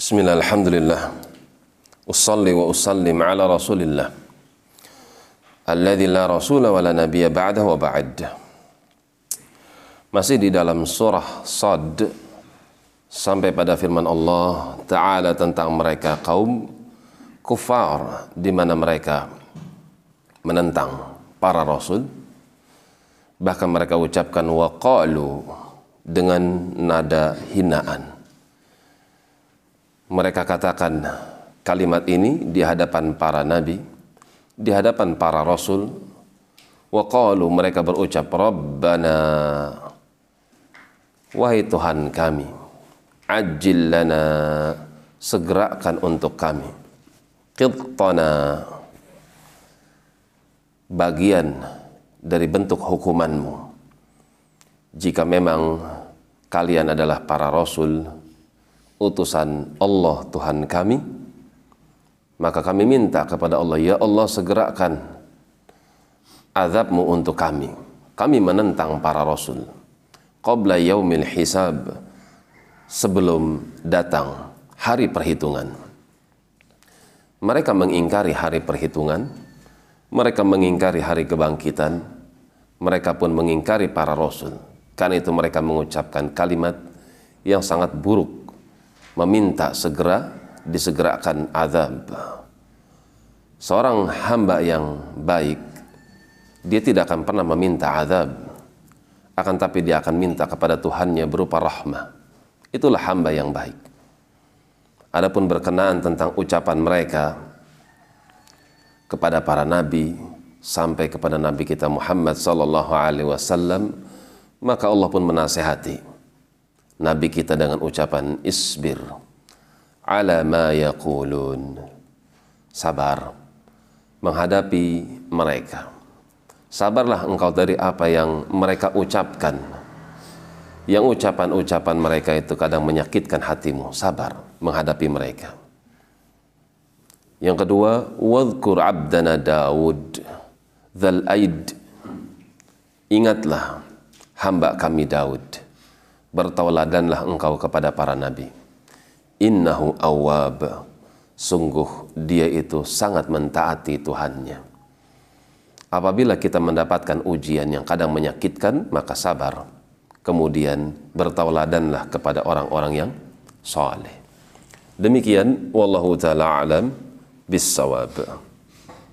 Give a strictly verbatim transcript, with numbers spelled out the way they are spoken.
Bismillah, alhamdulillah. Ussalli wa usallim ala rasulillah alladzi la rasula wa la nabiyya ba'dahu wa ba'd. Masih di dalam surah Sad sampai pada firman Allah Ta'ala tentang mereka kaum kufar, di mana mereka menentang para rasul. Bahkan mereka ucapkan waqalu dengan nada hinaan. Mereka katakan kalimat ini di hadapan para nabi, di hadapan para rasul. Waqalu, mereka berucap, Rabbana, wahai Tuhan kami, ajil lana, segerakan untuk kami, qitana, bagian dari bentuk hukumanmu. Jika memang kalian adalah para rasul, utusan Allah Tuhan kami, maka kami minta kepada Allah, ya Allah, segerakan azabmu untuk kami. Kami menentang para rasul qabla yaumil hisab, sebelum datang hari perhitungan. Mereka mengingkari hari perhitungan, mereka mengingkari hari kebangkitan, mereka pun mengingkari para rasul. Karena itu mereka mengucapkan kalimat yang sangat buruk, meminta segera disegerakan azab. Seorang hamba yang baik, dia tidak akan pernah meminta azab, akan tapi dia akan minta kepada Tuhannya berupa rahmah. Itulah hamba yang baik. Adapun berkenaan tentang ucapan mereka kepada para nabi sampai kepada nabi kita Muhammad sallallahu alaihi wasallam, maka Allah pun menasihati nabi kita dengan ucapan isbir ala ma yaqulun, sabar menghadapi mereka. Sabarlah engkau dari apa yang mereka ucapkan. Yang ucapan-ucapan mereka itu kadang menyakitkan hatimu. Sabar menghadapi mereka. Yang kedua, wadhkur abdana Daud dzal aid, ingatlah hamba kami Daud. Bertauladanlah engkau kepada para nabi. Innahu awwab, sungguh dia itu sangat mentaati Tuhannya. Apabila kita mendapatkan ujian yang kadang menyakitkan, maka sabar. Kemudian bertauladanlah kepada orang-orang yang saleh. Demikian, wallahu ta'ala a'lam bis-shawab.